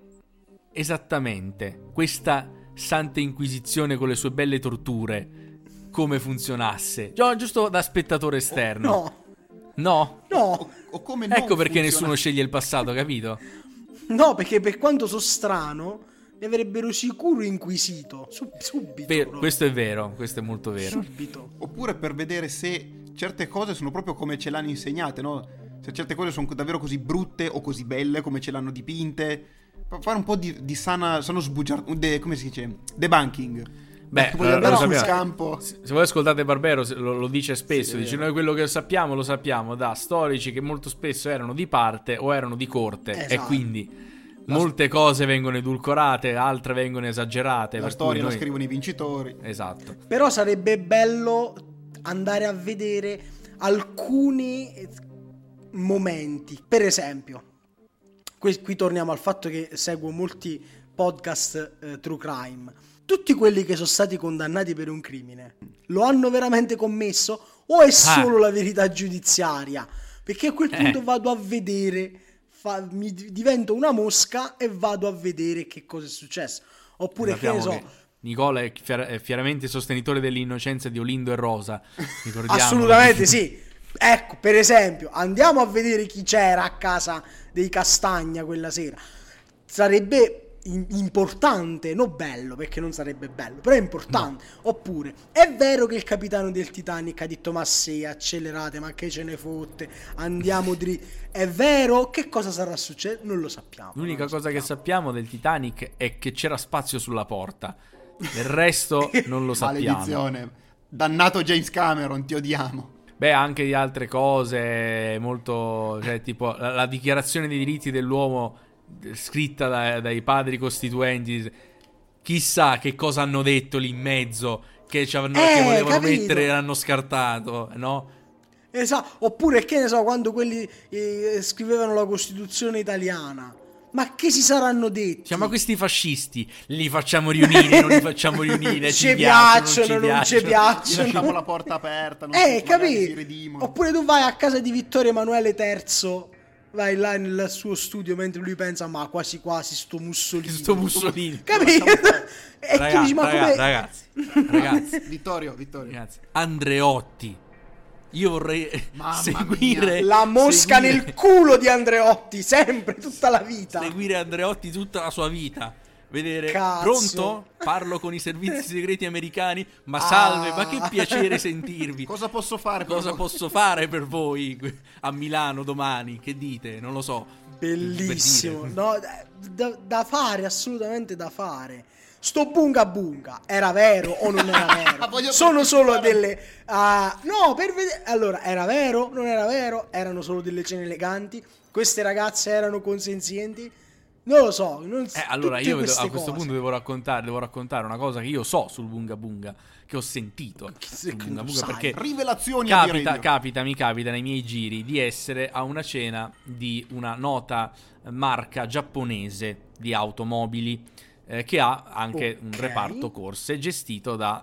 esattamente questa Santa Inquisizione con le sue belle torture come funzionasse? Giusto da spettatore esterno. No? O come non Ecco perché funziona. nessuno sceglie il passato, capito? No, perché per quanto so strano, mi avrebbero sicuro inquisito. Subito. proprio. Questo è vero, questo è molto vero. Subito. Oppure per vedere se certe cose sono proprio come ce l'hanno insegnate, no? Se certe cose sono davvero così brutte o così belle come ce l'hanno dipinte. Fare un po' di sano come si dice? Debunking. Beh, voglio andare lo sul sappiamo. campo. Se voi ascoltate Barbero lo dice spesso, Sì, dice noi quello che sappiamo lo sappiamo da storici che molto spesso erano di parte o erano di corte, Esatto. e quindi molte cose vengono edulcorate, altre vengono esagerate. La per storia cui la noi- scrivono i vincitori. Esatto. Però sarebbe bello andare a vedere alcuni momenti. Per esempio, qui torniamo al fatto che seguo molti podcast true crime. Tutti quelli che sono stati condannati per un crimine lo hanno veramente commesso o è solo la verità giudiziaria? Perché a quel punto vado a vedere, mi divento una mosca e vado a vedere che cosa è successo. Oppure che ne Sappiamo so, che Nicola è fieramente sostenitore dell'innocenza di Olindo e Rosa. Ricordiamo. assolutamente sì. Ecco, per esempio, andiamo a vedere chi c'era a casa dei Castagna quella sera. Sarebbe importante, non bello, perché non sarebbe bello, però è importante. No. Oppure, è vero che il capitano del Titanic ha detto ma sì, accelerate, ma che ce ne fotte, andiamo dritti. È vero? Che cosa sarà successo? Non lo sappiamo. L'unica cosa che sappiamo del Titanic è che c'era spazio sulla porta. Il resto non lo sappiamo. Maledizione. Dannato James Cameron, ti odiamo. Beh, anche di altre cose molto, cioè, tipo la dichiarazione dei diritti dell'uomo scritta dai padri costituenti. Chissà che cosa hanno detto lì in mezzo, che volevano capito. mettere e l'hanno scartato, no? Esatto. Oppure, che ne so, quando quelli scrivevano la Costituzione italiana, ma che si saranno detti? Cioè, ma questi fascisti li facciamo riunire, non li facciamo riunire, ci piacciono, non ci Gli piacciono. lasciamo la porta aperta. Non magari si Capì? redimono. Oppure tu vai a casa di Vittorio Emanuele III, vai là nel suo studio mentre lui pensa, ma quasi quasi sto Mussolini. Capì? E tu dici, ma come... Ragazzi, Vittorio. Andreotti. Io vorrei Mamma seguire mia. La mosca nel culo di Andreotti, sempre, tutta la vita. seguire Andreotti tutta la sua vita. Vedere, Cazzo. pronto? Parlo con i servizi segreti americani. Ma salve, ma che piacere sentirvi. Cosa posso fare? Cosa posso fare per voi a Milano domani? Che dite? Non lo so. Bellissimo, Per no, da fare, assolutamente da fare. Sto bunga bunga era vero o non era vero? Voglio Sono solo partecipare. delle no, per vedere. Allora, era vero? Non era vero? Erano solo delle cene eleganti? Queste ragazze erano consenzienti? Non lo so. Allora tutte io queste a questo cose. punto devo raccontare una cosa che io so sul bunga bunga, che ho sentito sul bunga bunga, sai? perché Rivelazioni a mi Radio. capita nei miei giri di essere a una cena di una nota marca giapponese di automobili, che ha anche un reparto corse gestito da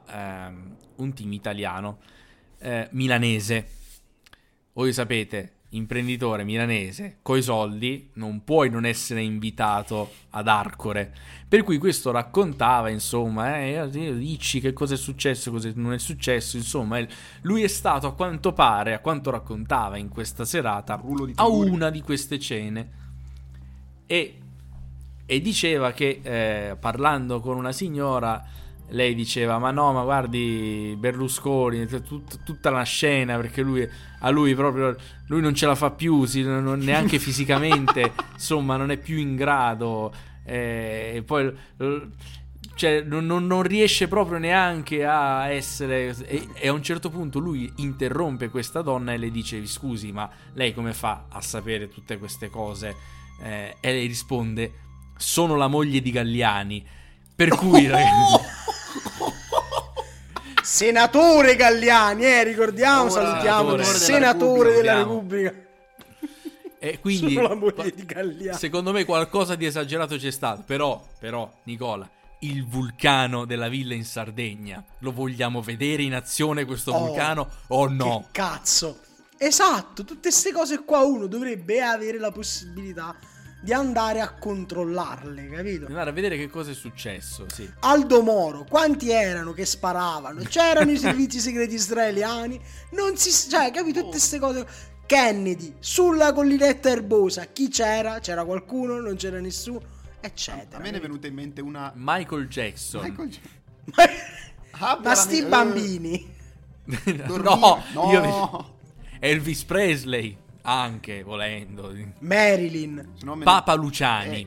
un team italiano, milanese. Voi sapete, imprenditore milanese coi soldi non puoi non essere invitato ad Arcore, per cui questo raccontava, insomma, dici che cosa è successo, cosa non è successo, insomma, lui è stato, a quanto raccontava in questa serata, Rullo di a tamburi. una di queste cene, e diceva che parlando con una signora lei diceva ma no, ma guardi Berlusconi, tutta una scena, perché a lui proprio lui non ce la fa più, neanche fisicamente, insomma non è più in grado, e poi cioè non riesce proprio neanche a essere, e a un certo punto lui interrompe questa donna e le dice scusi, ma lei come fa a sapere tutte queste cose? E lei risponde sono la moglie di Galliani, per cui ragazzi, senatore Galliani, ricordiamo, salutiamo il senatore della Repubblica. E quindi sono la moglie di Galliani. Secondo me qualcosa di esagerato c'è stato, però Nicola, il vulcano della villa in Sardegna, lo vogliamo vedere in azione questo vulcano o no? Che cazzo, esatto, tutte queste cose qua uno dovrebbe avere la possibilità di andare a controllarle, capito? Andare a vedere che cosa è successo, sì. Aldo Moro, quanti erano che sparavano? C'erano i servizi segreti israeliani, non si, cioè, capito, tutte queste cose. Kennedy, sulla collinetta erbosa, chi c'era? C'era qualcuno? Non c'era nessuno? Eccetera. A me ne è venuta in mente una Michael Jackson. Ma sti bambini no, Elvis Presley anche, volendo, Marilyn, Papa Luciani,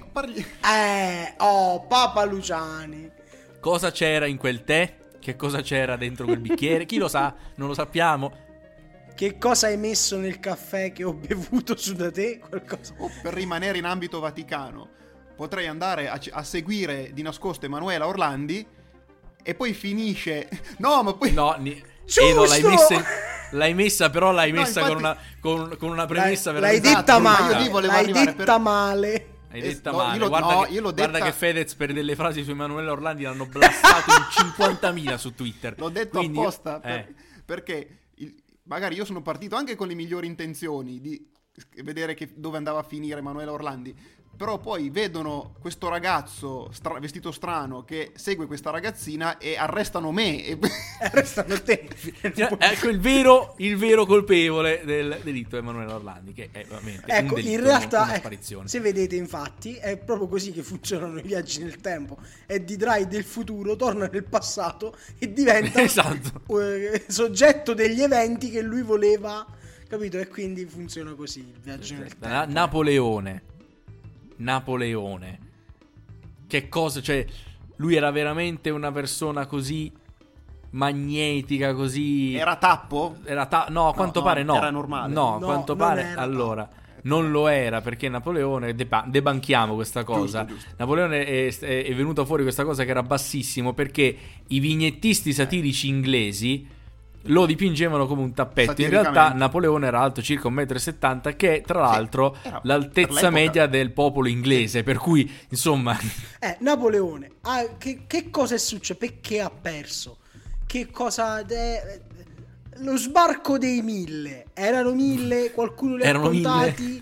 Papa Luciani. Cosa c'era in quel tè? Che cosa c'era dentro quel bicchiere? Chi lo sa? Non lo sappiamo. Che cosa hai messo nel caffè che ho bevuto su da te? Qualcosa. Per rimanere in ambito Vaticano, potrei andare a seguire di nascosto Emanuela Orlandi e poi finisce. No, ma poi. No, Giusto! L'hai messa, però l'hai messa infatti, con una premessa l'hai veramente. detta male. Ma io lì volevo l'hai arrivare detta male. Hai detta no, male. io l'ho detta. Guarda che Fedez per delle frasi su Emanuele Orlandi l'hanno blastato in 50.000 su Twitter. L'ho detto quindi apposta perché magari io sono partito anche con le migliori intenzioni di vedere dove andava a finire Emanuele Orlandi, però poi vedono questo ragazzo vestito strano che segue questa ragazzina e arrestano me e arrestano te. Ecco il vero colpevole del delitto Emanuele Orlandi, che è veramente ecco, un delitto, in realtà una sparizione. Se vedete, infatti è proprio così che funzionano i viaggi nel tempo. Eddie Dry del futuro torna nel passato e diventa esatto, soggetto degli eventi che lui voleva, capito? E quindi funziona così il viaggio nel tempo. Napoleone, che cosa, cioè lui era veramente una persona così magnetica, così era tappo? No, a quanto pare no. Era normale. No, a quanto pare allora non lo era, perché Napoleone, debanchiamo questa cosa. Giusto. Napoleone è venuta fuori questa cosa che era bassissimo perché i vignettisti satirici inglesi lo dipingevano come un tappetto. In realtà Napoleone era alto circa 1,70 m, che tra l'altro l'altezza media del popolo inglese, per cui insomma Napoleone che cosa è successo? Perché ha perso? Che cosa lo sbarco dei 1000 erano 1000, qualcuno li ha contati.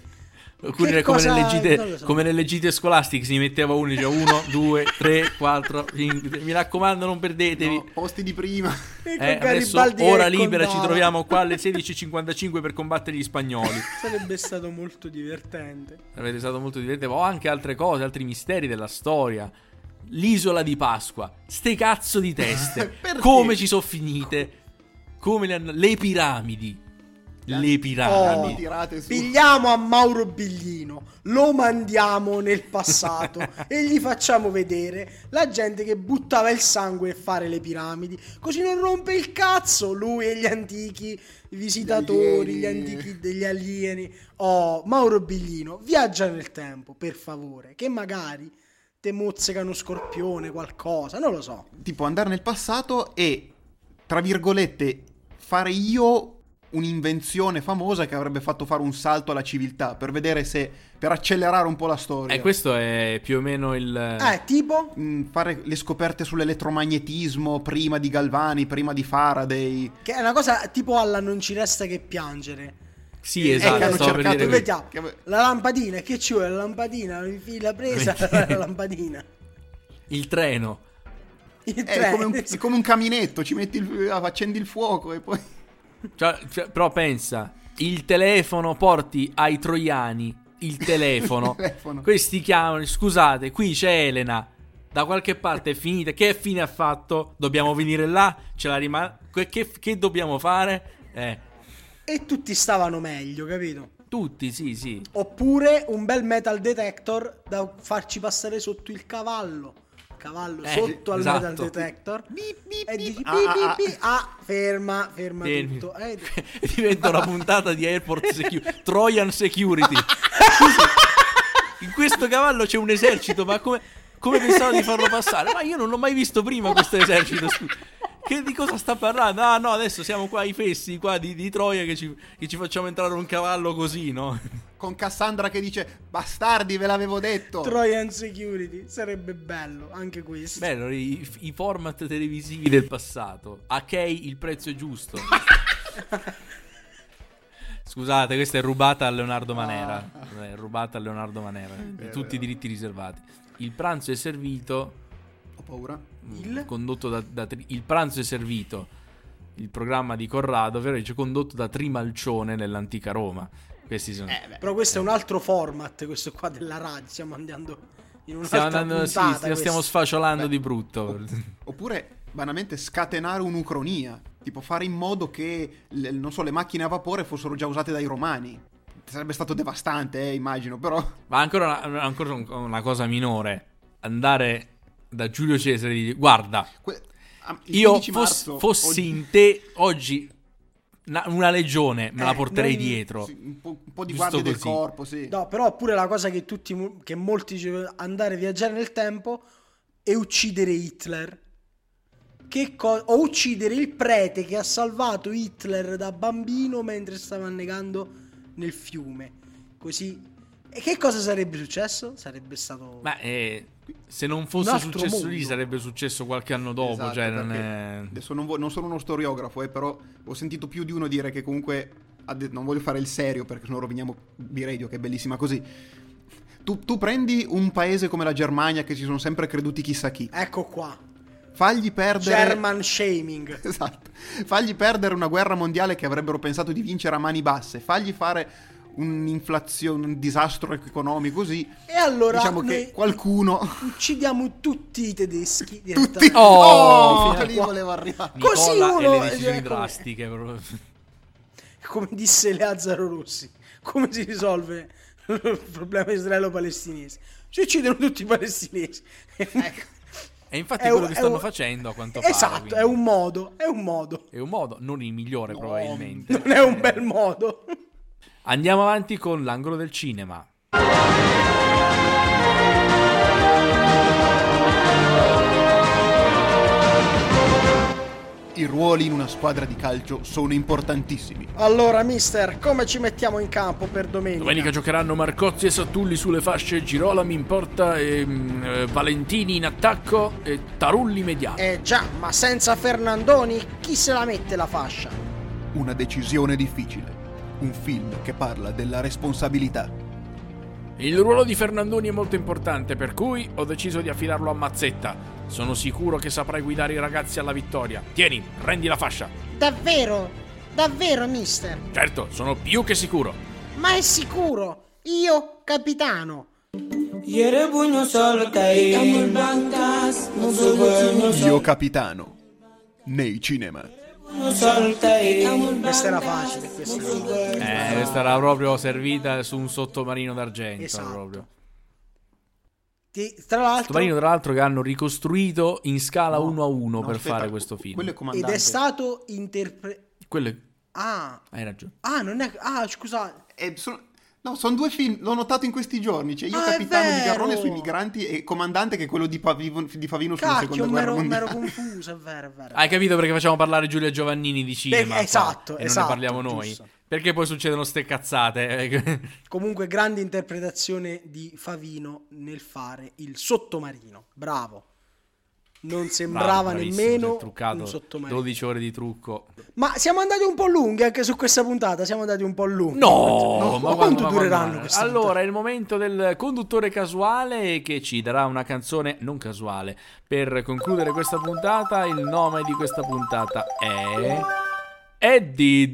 Come nelle gite scolastiche si metteva uno e diceva 1, 2, 3, 4, 5, mi raccomando non perdetevi, no, posti di prima. Adesso ora libera ci troviamo qua alle 16:55 per combattere gli spagnoli. Sarebbe stato molto divertente. Sarebbe stato molto divertente. O anche altre cose, altri misteri della storia. L'isola di Pasqua, ste cazzo di teste come ci sono finite, come le piramidi. Le piramidi. Pigliamo a Mauro Biglino, lo mandiamo nel passato e gli facciamo vedere la gente che buttava il sangue a fare le piramidi, così non rompe il cazzo lui e gli antichi visitatori, gli antichi degli alieni. Mauro Biglino, viaggia nel tempo, per favore, che magari te mozzica uno scorpione, qualcosa, non lo so. Tipo andare nel passato e, tra virgolette, fare io un'invenzione famosa che avrebbe fatto fare un salto alla civiltà, per vedere per accelerare un po' la storia. E questo è più o meno il tipo fare le scoperte sull'elettromagnetismo prima di Galvani, prima di Faraday, che è una cosa tipo alla Non ci resta che piangere. Sì, esatto, la lampadina, che ci vuole la lampadina, la presa la lampadina. Il treno. È come un caminetto, ci metti accendi il fuoco e poi Cioè, però pensa, il telefono, porti ai troiani il telefono. Questi chiamano, scusate, qui c'è Elena, da qualche parte è finita. Che fine ha fatto? Dobbiamo venire là? Ce la rimane? Che dobbiamo fare? E tutti stavano meglio, capito? Tutti, sì. Oppure un bel metal detector da farci passare sotto il cavallo. Sotto al esatto. metal detector. Bip, bip, E bip. dici ferma Fermi. tutto. Diventa una puntata di Airport Trojan Security. Scusi, in questo cavallo c'è un esercito, ma come pensavo di farlo passare? Ma io non l'ho mai visto prima questo esercito. Che di cosa sta parlando? Ah no, adesso siamo qua ai fessi qua di Troia che ci facciamo entrare un cavallo così, no? Con Cassandra che dice bastardi, ve l'avevo detto. Trojan Security, sarebbe bello anche questo. Bello, i format televisivi del passato. A Kay il prezzo è giusto. Scusate, questa è rubata a Leonardo Manera. È rubata a Leonardo Manera. Tutti i diritti riservati. Il pranzo è servito. Ho paura. Condotto il pranzo è servito. Il programma di Corrado, ovvero condotto da Trimalcione nell'antica Roma. Questi sono. Però questo è un altro format, questo qua della radio. Stiamo andando in un'altra puntata. Stiamo sfasciolando di brutto. Oppure banalmente scatenare un'ucronia, tipo fare in modo che non so, le macchine a vapore fossero già usate dai romani. Sarebbe stato devastante, immagino, però. Ma ancora una cosa minore. Andare da Giulio Cesare e dire: guarda, io fossi in te oggi una legione me la porterei dietro. Sì, un po' di guardia del corpo, sì. No, però pure la cosa che molti dicevano, andare a viaggiare nel tempo e uccidere Hitler. O uccidere il prete che ha salvato Hitler da bambino mentre stava annegando nel fiume. Così. E che cosa sarebbe successo? Sarebbe stato... se non fosse successo mondo. lì sarebbe successo qualche anno dopo. Esatto, cioè adesso non sono uno storiografo, però ho sentito più di uno dire che comunque non voglio fare il serio perché sennò roviniamo B-Radio, che è bellissima così. Tu prendi un paese come la Germania, che ci sono sempre creduti chissà chi, Ecco qua. fagli perdere German shaming. esatto, fagli perdere una guerra mondiale che avrebbero pensato di vincere a mani basse, fagli fare un'inflazione, un disastro economico così, E allora diciamo che qualcuno uccidiamo tutti i tedeschi tutti direttamente. lì volevo arrivare. Così Nicola uno- e le decisioni come- drastiche proprio. Come disse Lazzaro Rossi, come si risolve il problema israelo-palestinese? Si uccidono tutti i palestinesi. E infatti È quello un- che è stanno un- facendo a quanto pare. Esatto, quindi. è un modo. È un modo, non il migliore probabilmente. Non è un bel modo. Andiamo avanti con l'angolo del cinema. I ruoli in una squadra di calcio sono importantissimi. Allora, mister, come ci mettiamo in campo per domenica? Domenica giocheranno Marcozzi e Sattulli sulle fasce, Girolami in porta, Valentini in attacco e Tarulli mediale. Già, ma senza Fernandoni chi se la mette la fascia? Una decisione difficile. Un film che parla della responsabilità. Il ruolo di Fernandoni è molto importante, per cui ho deciso di affidarlo a Mazzetta. Sono sicuro che saprai guidare i ragazzi alla vittoria. Tieni, prendi la fascia. Davvero? Davvero, mister? Certo, sono più che sicuro. Ma è sicuro? Io, capitano. Io capitano. Nei cinema. Questa era facile, Questa era proprio servita su un sottomarino d'argento. Esatto. Proprio. Tra l'altro, Sottomarino, tra l'altro, che hanno ricostruito in scala 1-1 per aspetta, fare questo film. Quello è ed comandante. è stato Quello è... Ah, Hai ragione. non è... scusate. Sono due film, l'ho notato in questi giorni. Cioè, io Ah, è capitano di vero! Garrone sui migranti e comandante che è quello di Favino sulla Cacchio, seconda guerra mi mondiale. ero confuso, è vero, è vero. Hai capito perché facciamo parlare Giulia Giovannini di cinema? qua, esatto, e esatto, non ne parliamo noi. giusto. Perché poi succedono ste cazzate. Comunque, grande interpretazione di Favino nel fare il sottomarino. Bravo. Non sembrava Bravissimo, nemmeno si è truccato un sottomarino. 12 ore di trucco. Ma siamo andati un po' lunghi anche su questa puntata. Siamo andati un po' lunghi. No, ma quanto dureranno queste Allora, puntate? è il momento del conduttore casuale che ci darà una canzone non casuale. Per concludere questa puntata, il nome di questa puntata è Eddie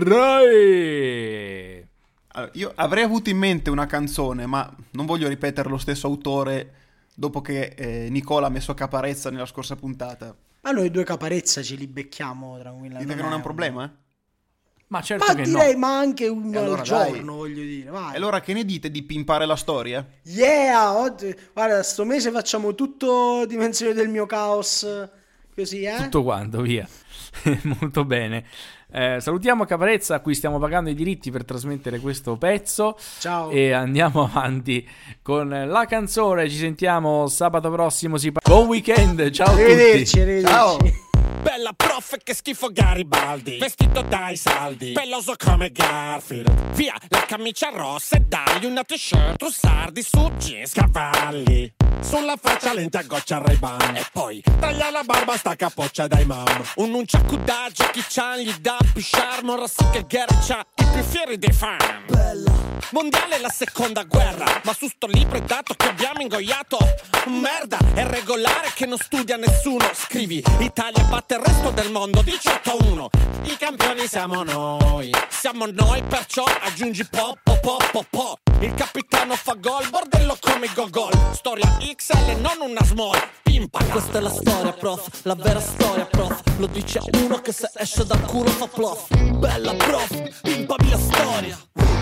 Dre. Allora, io avrei avuto in mente una canzone, ma non voglio ripetere lo stesso autore dopo che Nicola ha messo Caparezza nella scorsa puntata. Ma noi 2 Caparezza ce li becchiamo tranquillamente. Dite che non è un problema, Ma certo Ma che direi, no. ma anche uno allora, al giorno, dai. voglio dire. Vai. E allora che ne dite di pimpare la storia? Yeah, oggi, guarda, sto mese facciamo tutto Dimensione del mio caos, così, Tutto quanto, via. Molto bene. Salutiamo Caparezza, a cui stiamo pagando i diritti per trasmettere questo pezzo. Ciao. E andiamo avanti con la canzone. Ci sentiamo sabato prossimo. Buon weekend, ciao a tutti. Arrivederci. Ciao. Bella prof, che schifo Garibaldi, vestito dai saldi, peloso come Garfield. Via la camicia rossa e dagli una t-shirt, sardi su jeans, cavalli. Sulla faccia lente a goccia Ray-Ban. E poi taglia la barba sta capoccia dai mam. Un unciacu da Jackie Chan gli dà più charme. Ora sì che Gary c'ha i più fieri dei fan. Bella. Mondiale la seconda guerra, ma su sto libro è dato che abbiamo ingoiato. Merda, è regolare che non studia nessuno. Scrivi Italia batte il resto del mondo 18-1. I campioni siamo noi perciò aggiungi po. Il capitano fa gol, bordello come Gogol. Storia XL, non una small. Pimpa. Questa è la storia, prof, la vera storia, prof. Lo dice uno che se esce dal culo fa plof. Bella prof, pimpami la storia.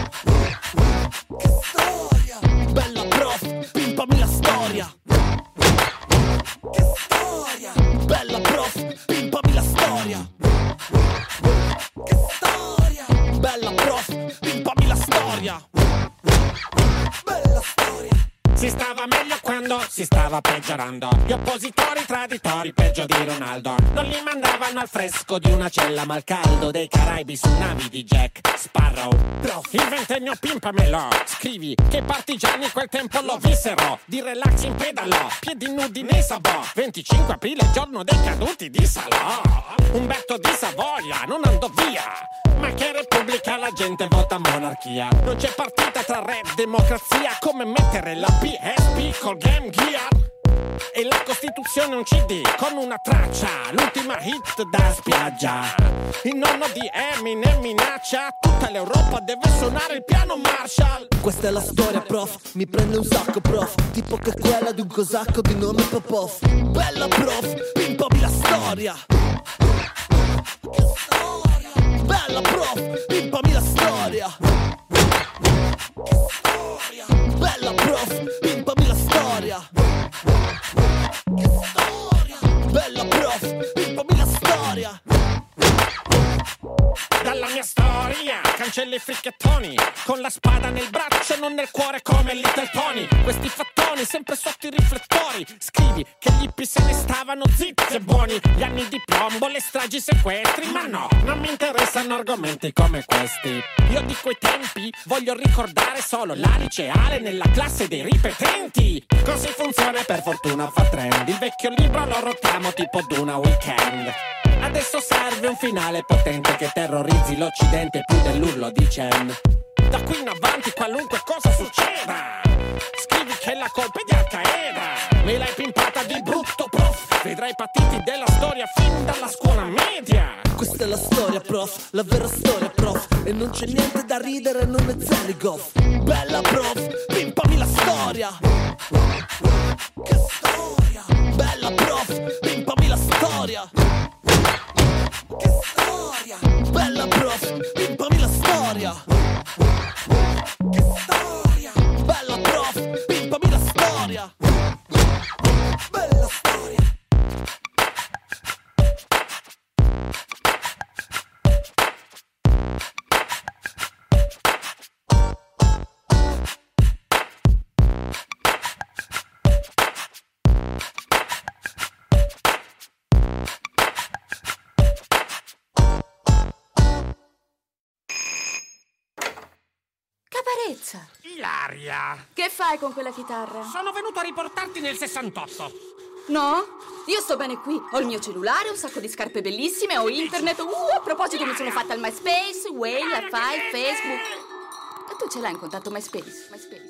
Che storia. Bella prof, pimpami la storia. Che storia. Bella prof, pimpami la storia. Che storia. Bella prof, pimpami la storia. Bella storia. Si stava meglio quando si stava peggiorando. Gli oppositori traditori, peggio di Ronaldo. Non li mandavano al fresco di una cella, ma al caldo dei Caraibi su navi di Jack Sparrow. Il ventennio pimpamelo. Scrivi che i partigiani quel tempo lo vissero. Di relax in pedalò, piedi nudi nei sabò. 25 aprile, giorno dei caduti di Salò. Umberto di Savoia non andò via. Ma che repubblica, la gente vota monarchia. Non c'è partita tra re e democrazia. Come mettere la PSP col Game Gear. E la Costituzione un CD con una traccia, l'ultima hit da spiaggia. Il nonno di Eminem minaccia tutta l'Europa deve suonare il piano Marshall. Questa è la storia, prof, mi prende un sacco, prof. Tipo che quella di un cosacco di nome Popov. Bella prof, pimpami la storia. Che storia. Bella prof, pimpami la storia. Che storia. Bella prof, pimpami la storia. Che storia. Bella prof, pimpami la storia. Dalla mia storia cancelli i fricchettoni, con la spada nel braccio e non nel cuore come Little Pony. Questi fattoni sempre sotto i riflettori. Scrivi che gli hippie se ne stavano zitti e buoni. Gli anni di plombo, le stragi, i sequestri. Ma no, non mi interessano argomenti come questi. Io di quei tempi voglio ricordare solo la liceale nella classe dei ripetenti. Così funziona, per fortuna fa trend. Il vecchio libro lo rotiamo tipo d'una weekend. Adesso serve un finale potente che terrorizzi l'Occidente più dell'urlo di Chen. Da qui in avanti qualunque cosa succeda, scrivi che la colpa è di Al-Qaeda. Me l'hai pimpata di brutto, prof. Vedrai partiti della storia fin dalla scuola media. Questa è la storia, prof, la vera storia, prof. E non c'è niente da ridere, non è Zeligoff. Bella prof, pimpami la storia. Che storia. Bella prof, pimpami la storia. Che storia. Bella prof, pimpami la storia. Che storia. Bella prof, pimpami la storia. Bella storia. Caparezza, Ilaria, che fai con quella chitarra? sono venuto a riportarti nel 68. No? Io sto bene qui. Ho il mio cellulare, un sacco di scarpe bellissime, ho internet. A proposito mi sono fatta il MySpace, Whale, Fi, Facebook. E tu ce l'hai in contatto MySpace?